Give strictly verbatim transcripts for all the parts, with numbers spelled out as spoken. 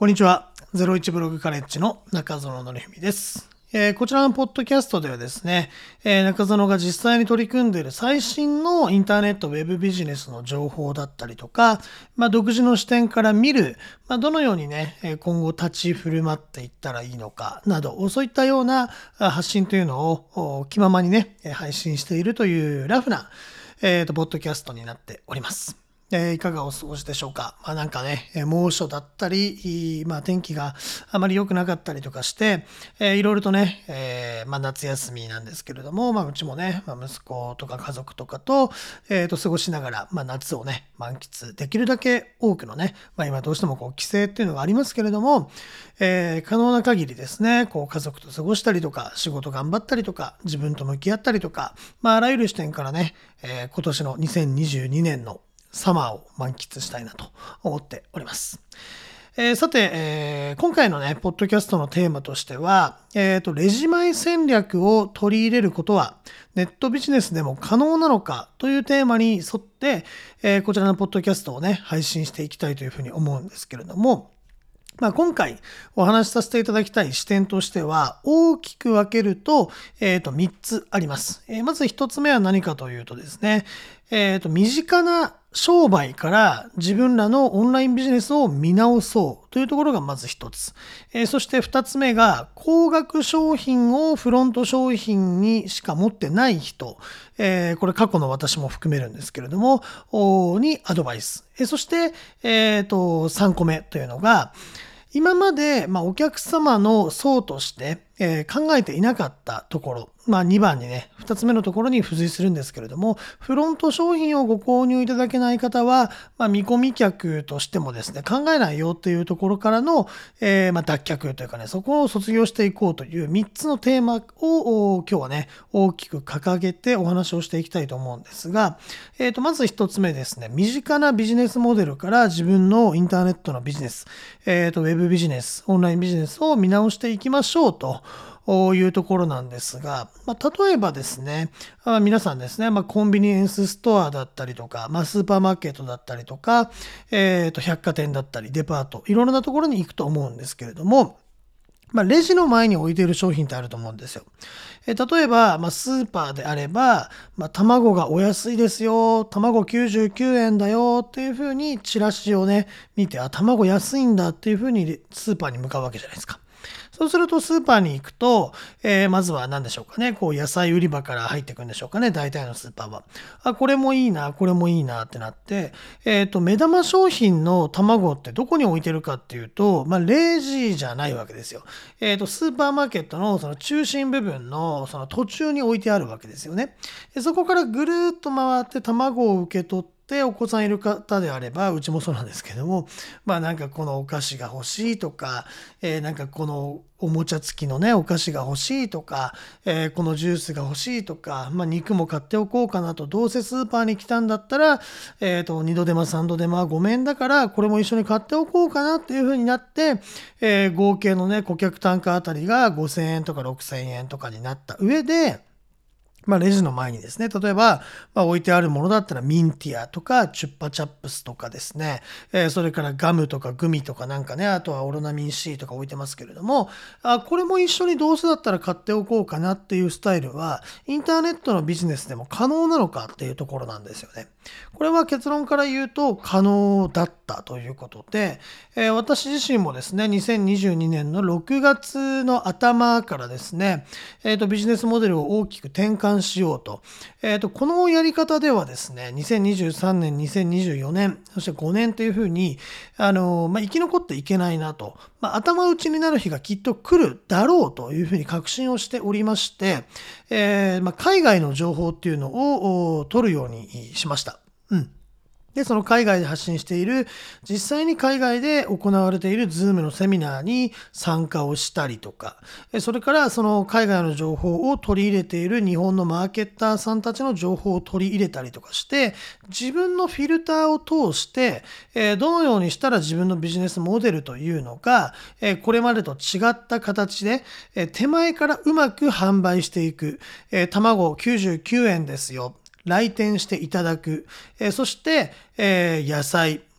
こんにちは。ゼロイチブログカレッジの中園則文です。えーこちらのポッドキャストではですね、えー中園が実際に取り組んでいる最新のインターネットウェブビジネスの情報だったりとか、まあ、独自の視点から見る、まあ、どのようにね、えー今後立ち振る舞っていったらいいのかなど、そういったようなあ発信というのをお気ままにね、えー配信しているというラフな、えーと、ポッドキャストになっております。えーいかがお過ごしでしょうか。まあなんかね、えー猛暑だったり、まあ天気があまり良くなかったりとかして、えーいろいろとね、えーまあ夏休みなんですけれども、まあうちもね、まあ、息子とか家族とかと、えーと過ごしながら、まあ夏をね、満喫できるだけ多くのね、まあ今どうしてもこう帰省っていうのがありますけれども、えー可能な限りですね、こう家族と過ごしたりとか、仕事頑張ったりとか、自分と向き合ったりとか、まああらゆる視点からね、えー今年のにせんにじゅうにねんのサマーを満喫したいなと思っております。えーさて、えー今回のね、ポッドキャストのテーマとしては、えーと、レジ前戦略を取り入れることは、ネットビジネスでも可能なのかというテーマに沿って、えーこちらのポッドキャストをね、配信していきたいというふうに思うんですけれども、まあ、今回お話しさせていただきたい視点としては、大きく分けると、えっと、みっつあります。えーまずひとつめは何かというとですね、えっと、身近な商売から自分らのオンラインビジネスを見直そうというところがまず一つ。えーそして二つ目が、高額商品をフロント商品にしか持ってない人、えーこれ過去の私も含めるんですけれども、おーにアドバイス。えーそして、えっと、さんこめというのが、今まで、まあ、お客様の層として、えー考えていなかったところ、まあ、にばんにね、ふたつめのところに付随するんですけれども、フロント商品をご購入いただけない方は、まあ、見込み客としてもですね、考えないよっていうところからの、えーまあ、脱却というかね、そこを卒業していこうというみっつのテーマをお今日はね、大きく掲げてお話をしていきたいと思うんですが、えーと、まずひとつめですね、身近なビジネスモデルから自分のインターネットのビジネス、えーと、ウェブビジネス、オンラインビジネスを見直していきましょうというところなんですが、まあ、例えばですね、あ皆さんですね、まあ、コンビニエンスストアだったりとか、まあ、スーパーマーケットだったりとか、えーと、百貨店だったり、デパート、いろいろなところに行くと思うんですけれども、まあ、レジの前に置いている商品ってあると思うんですよ。えー例えば、まあ、スーパーであれば、まあ、卵がお安いですよ、卵きゅうじゅうきゅうえんだよっていうふうにチラシをね、見て、あ、卵安いんだっていうふうにスーパーに向かうわけじゃないですか。そうするとスーパーに行くと、えーまずは何でしょうかね、こう野菜売り場から入っていくんでしょうかね、大体のスーパーは。あ、これもいいな、これもいいなってなって、えっと、目玉商品の卵ってどこに置いてるかっていうと、まあ、レジじゃないわけですよ。えっと、スーパーマーケットのその中心部分のその途中に置いてあるわけですよね。でそこからぐるーっと回って卵を受け取って、お子さんいる方であれば、うちもそうなんですけども、まあなんかこのお菓子が欲しいとか、えーなんかこのおもちゃ付きのね、お菓子が欲しいとか、えーこのジュースが欲しいとか、まあ肉も買っておこうかなと、どうせスーパーに来たんだったら、えっと、にど手間さんど手間はごめんだから、これも一緒に買っておこうかなっていう風になって、えー合計のね、顧客単価あたりがごせんえんとかろくせんえんとかになった上で、まあ、レジの前にですね、例えば、まあ、置いてあるものだったらミンティアとかチュッパチャップスとかですね、えーそれからガムとかグミとかなんかね、あとはオロナミン C とか置いてますけれども、あ、これも一緒にどうせだったら買っておこうかなっていうスタイルは、インターネットのビジネスでも可能なのかっていうところなんですよね。これは結論から言うと可能だったということで、えー私自身もですね、にせんにじゅうにねんのろくがつの頭からですね、えーと、ビジネスモデルを大きく転換しようと。えーと、このやり方ではですね、にせんにじゅうさんねん、にせんにじゅうよねん、そしてごねんというふうに、あのーまあ、生き残っていけないなと、まあ、頭打ちになる日がきっと来るだろうというふうに確信をしておりまして、えーまあ、海外の情報っていうのをお取るようにしました。うん。で、その海外で発信している、実際に海外で行われている Zoom のセミナーに参加をしたりとか、えそれからその海外の情報を取り入れている日本のマーケッターさんたちの情報を取り入れたりとかして、自分のフィルターを通して、えーどのようにしたら自分のビジネスモデルというのが、えーこれまでと違った形で、えー手前からうまく販売していく、えー卵きゅうじゅうきゅうえんですよ。来店していただく。えーそして、えー野菜、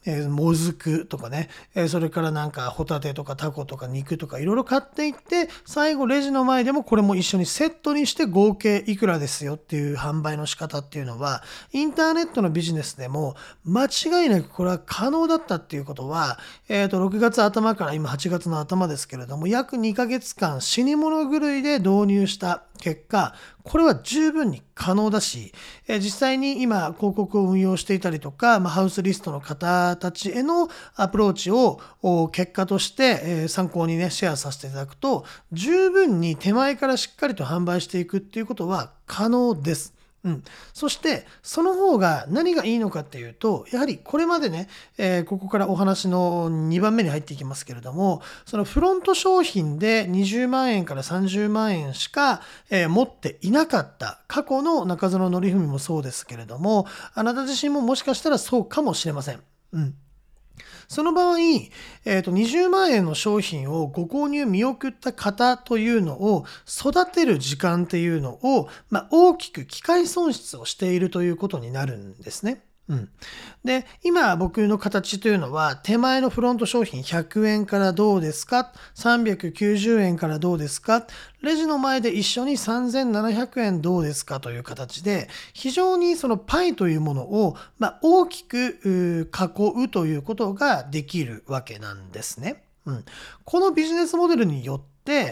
えーもずくとかね、えーそれからなんかホタテとかタコとか肉とかいろいろ買っていって、最後レジの前でもこれも一緒にセットにして合計いくらですよっていう販売の仕方っていうのは、インターネットのビジネスでも間違いなくこれは可能だったっていうことは、えっと、ろくがつ頭から今はちがつの頭ですけれども、約にかげつかん死に物狂いで導入した結果、これは十分に可能だし、えー実際に今広告を運用していたりとか、まあ、ハウスリストの方たちへのアプローチをお結果として、えー参考にね、シェアさせていただくと、十分に手前からしっかりと販売していくっていうことは可能です。うん、そして、その方が何がいいのかっていうと、やはりこれまでね、えーここからお話のにばんめに入っていきますけれども、そのフロント商品でにじゅうまんえんからさんじゅうまんえんしか、えー持っていなかった過去の中園則文もそうですけれども、あなた自身ももしかしたらそうかもしれません。うん。その場合、えーと、にじゅうまんえんの商品をご購入見送った方というのを育てる時間っていうのを、まあ、大きく機会損失をしているということになるんですね。うん。で、今僕の形というのは、手前のフロント商品ひゃくえんからどうですか ?さんびゃくきゅうじゅうえんからどうですかレジの前で一緒にさんぜんななひゃくえんどうですかという形で、非常にそのパイというものを、まあ、大きくうー囲うということができるわけなんですね。うん、このビジネスモデルによって、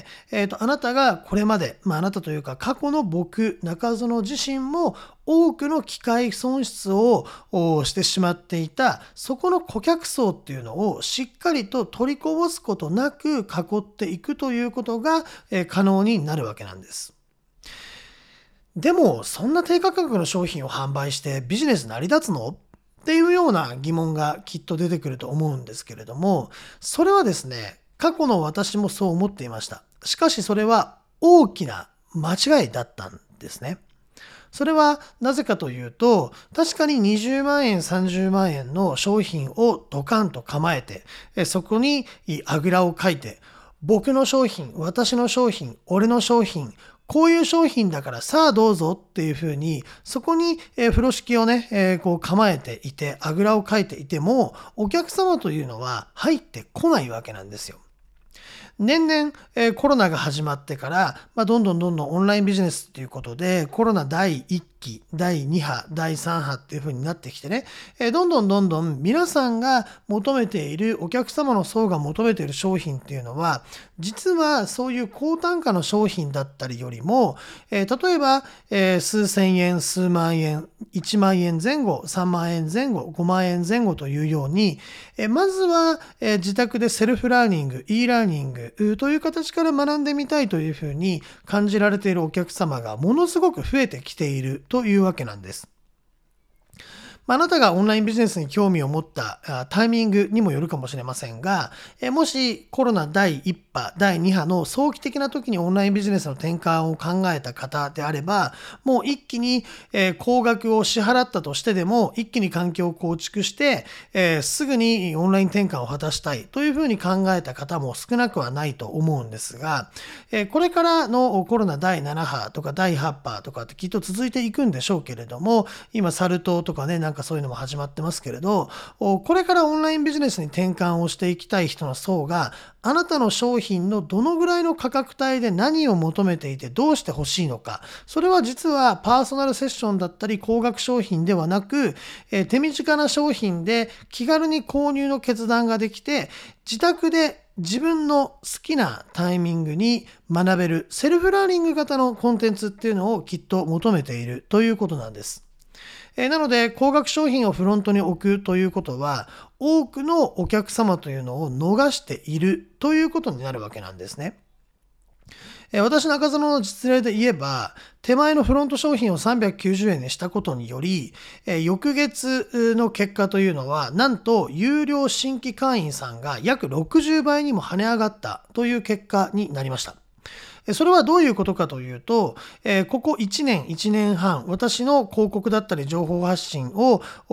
えーと、あなたがこれまで、まあ、あなたというか過去の僕、中園自身も多くの機会損失をおしてしまっていた、そこの顧客層っていうのをしっかりと取りこぼすことなく囲っていくということが、えー可能になるわけなんです。でも、そんな低価格の商品を販売してビジネス成り立つのっていうような疑問がきっと出てくると思うんですけれども、それはですね、過去の私もそう思っていました。しかしそれは大きな間違いだったんですね。それはなぜかというと、確かににじゅうまんえん、さんじゅうまんえんの商品をドカンと構えて、えそこにあぐらをかいて、僕の商品、私の商品、俺の商品、こういう商品だからさあどうぞっていうふうに、そこにえー風呂敷をね、えーこう構えていて、あぐらをかいていても、お客様というのは入ってこないわけなんですよ。年々、えーコロナが始まってから、まあ、どんどんどんどんオンラインビジネスっていうことで、コロナだいいっき、だいに波、だいさん波っていう風になってきてね、えーどんどんどんどん皆さんが求めている、お客様の層が求めている商品っていうのは、実はそういう高単価の商品だったりよりも、えー例えば、えー数千円、数万円、いちまんえん前後、さんまんえん前後、ごまんえん前後というように、えーまずは、えー自宅でセルフラーニング、e ラーニングうーという形から学んでみたいというふうに感じられているお客様がものすごく増えてきているというわけなんです。まあ、あなたがオンラインビジネスに興味を持ったあタイミングにもよるかもしれませんが、えもしコロナだいいっ波、だいに波の早期的な時にオンラインビジネスの転換を考えた方であれば、もう一気に、えー高額を支払ったとしてでも、一気に環境を構築して、えーすぐにオンライン転換を果たしたいというふうに考えた方も少なくはないと思うんですが、えーこれからのコロナだいなな波とかだいはち波とかってきっと続いていくんでしょうけれども、今サル痘とかね、なんかそういうのも始まってますけれど、おこれからオンラインビジネスに転換をしていきたい人の層が、あなたの商品のどのぐらいの価格帯で何を求めていてどうして欲しいのか、それは実はパーソナルセッションだったり高額商品ではなく、えー手短な商品で気軽に購入の決断ができて、自宅で自分の好きなタイミングに学べるセルフラーニング型のコンテンツっていうのをきっと求めているということなんです。えーなので、高額商品をフロントに置くということは、多くのお客様というのを逃しているということになるわけなんですね。えー私、中園の実例で言えば、手前のフロント商品をさんびゃくきゅうじゅうえんにしたことにより、えー翌月の結果というのは、なんと、有料新規会員さんが約ろくじゅうばいにも跳ね上がったという結果になりました。えそれはどういうことかというと、えーここいちねん、いちねんはん、私の広告だったり情報発信をお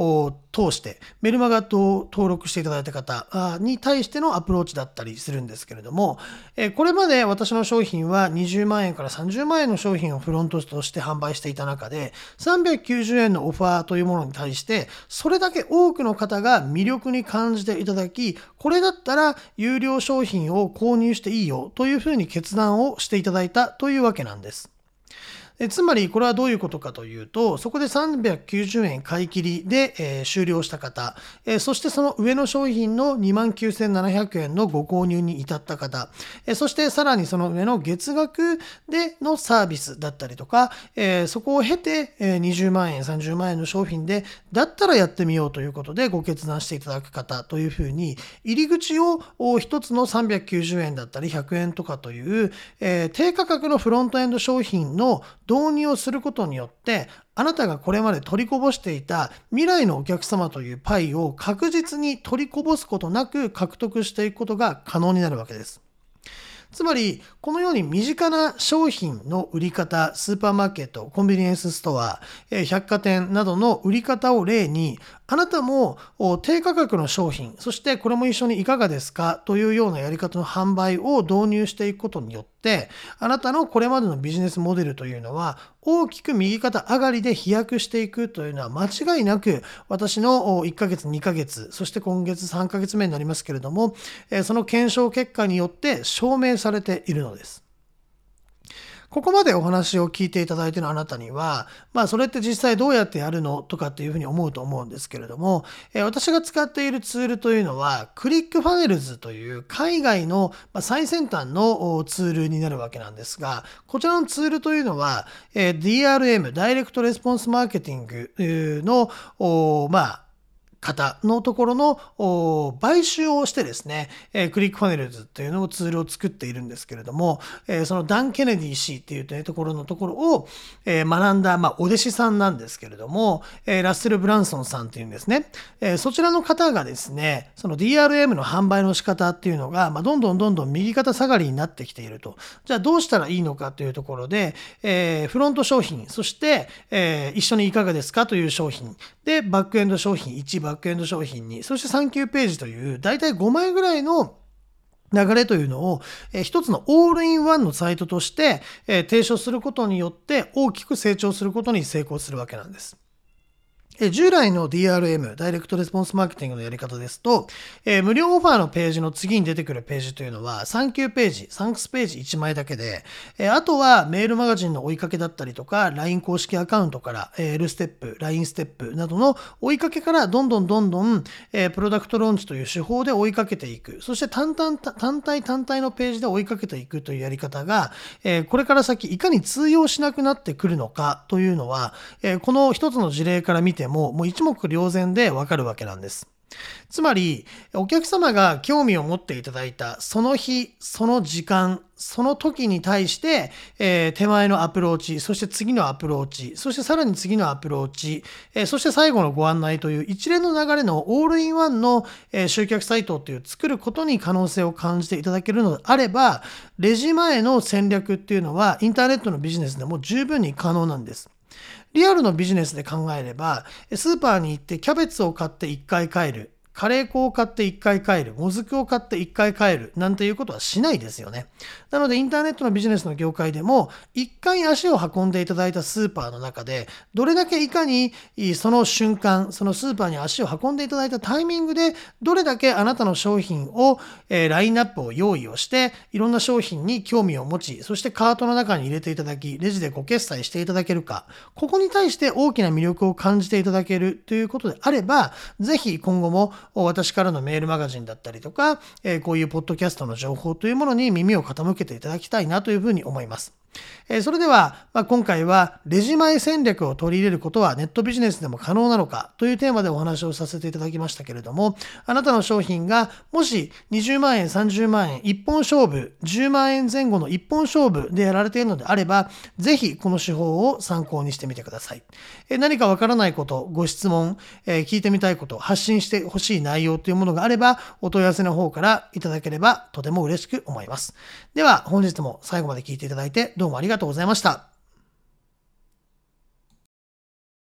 通して、メルマガと登録していただいた方に対してのアプローチだったりするんですけれども、これまで私の商品はにじゅうまんえんからさんじゅうまんえんの商品をフロントとして販売していた中で、さんびゃくきゅうじゅうえんのオファーというものに対して、それだけ多くの方が魅力に感じていただき、これだったら有料商品を購入していいよというふうに決断をしていただいたというわけなんです。えつまりこれはどういうことかというと、そこでさんびゃくきゅうじゅうえん買い切りで、えー、終了した方、えー、そしてその上の商品のにまんきゅうせんななひゃくえんのご購入に至った方、えー、そしてさらにその上の月額でのサービスだったりとか、えー、そこを経て、えー、にじゅうまんえん、さんじゅうまんえんの商品で、だったらやってみようということでご決断していただく方というふうに、入り口を一つのさんびゃくきゅうじゅうえんだったりひゃくえんとかという、えー、低価格のフロントエンド商品の導入をすることによって、あなたがこれまで取りこぼしていた未来のお客様というパイを確実に取りこぼすことなく獲得していくことが可能になるわけです。つまり、このように身近な商品の売り方、スーパーマーケット、コンビニエンスストア、百貨店などの売り方を例に、あなたも低価格の商品、そしてこれも一緒にいかがですかというようなやり方の販売を導入していくことによって、あなたのこれまでのビジネスモデルというのは大きく右肩上がりで飛躍していくというのは間違いなく、私のいっかげつ、にかげつ、そして今月さんかげつめになりますけれども、その検証結果によって証明されているのです。ここまでお話を聞いていただいているあなたには、まあそれって実際どうやってやるのとかっていうふうに思うと思うんですけれども、えー、私が使っているツールというのは、クリックファネルズという海外の最先端のツールになるわけなんですが、こちらのツールというのは、えー、ディーアールエム、ダイレクトレスポンスマーケティングの、まあ、方のところの買収をしてですね、クリックファネルズというのをツールを作っているんですけれども、そのダン・ケネディ氏っていうところのところを学んだ、まあ、お弟子さんなんですけれども、ラッセル・ブランソンさんっていうんですね。そちらの方がですね、その ディーアールエム の販売の仕方っていうのが、まあ、どんどんどんどん右肩下がりになってきていると。じゃあどうしたらいいのかというところで、フロント商品、そして一緒にいかがですかという商品、で、バックエンド商品いち、バックエンド商品に、そしてさん級ページという、だいたいごまいぐらいの流れというのを、えー、一つのオールインワンのサイトとして、えー、提唱することによって大きく成長することに成功するわけなんです。従来の ディーアールエム、ダイレクトレスポンスマーケティングのやり方ですと、えー、無料オファーのページの次に出てくるページというのはさん級ページ、サンクスページいちまいだけで、えー、あとはメールマガジンの追いかけだったりとか、ライン 公式アカウントから、えー、L ステップ、ライン ステップなどの追いかけからどんどんどんどん、えー、プロダクトローンチという手法で追いかけていく。そして単々、単体単体のページで追いかけていくというやり方が、えー、これから先いかに通用しなくなってくるのかというのは、えー、この一つの事例から見ても、もう一目瞭然でわかるわけなんです。つまり、お客様が興味を持っていただいたその日、その時間、その時に対して、えー、手前のアプローチ、そして次のアプローチ、そしてさらに次のアプローチ、えー、そして最後のご案内という一連の流れのオールインワンの、えー、集客サイトっていう作ることに可能性を感じていただけるのであれば、レジ前の戦略っていうのはインターネットのビジネスでも十分に可能なんです。リアルのビジネスで考えれば、スーパーに行ってキャベツを買っていっかい帰る。カレー粉を買っていっかい帰る。もずくを買っていっかい帰る。なんていうことはしないですよね。なのでインターネットのビジネスの業界でも、いっかい足を運んでいただいたスーパーの中で、どれだけいかにその瞬間、そのスーパーに足を運んでいただいたタイミングで、どれだけあなたの商品を、えー、ラインナップを用意をして、いろんな商品に興味を持ち、そしてカートの中に入れていただき、レジでご決済していただけるか、ここに対して大きな魅力を感じていただけるということであれば、ぜひ今後も私からのメールマガジンだったりとか、えー、こういうポッドキャストの情報というものに耳を傾けていただきたいなというふうに思います。えー、それでは、まあ、今回はレジ前戦略を取り入れることはネットビジネスでも可能なのかというテーマでお話をさせていただきましたけれども、あなたの商品がもしにじゅうまんえん、さんじゅうまんえん、一本勝負、じゅうまんえんぜん後の一本勝負でやられているのであれば、ぜひこの手法を参考にしてみてください。えー、何かわからないこと、ご質問、えー、聞いてみたいこと、発信してほしい内容というものがあれば、お問い合わせの方からいただければとても嬉しく思います。では、本日も最後まで聞いていただいてどうもありがとうございました。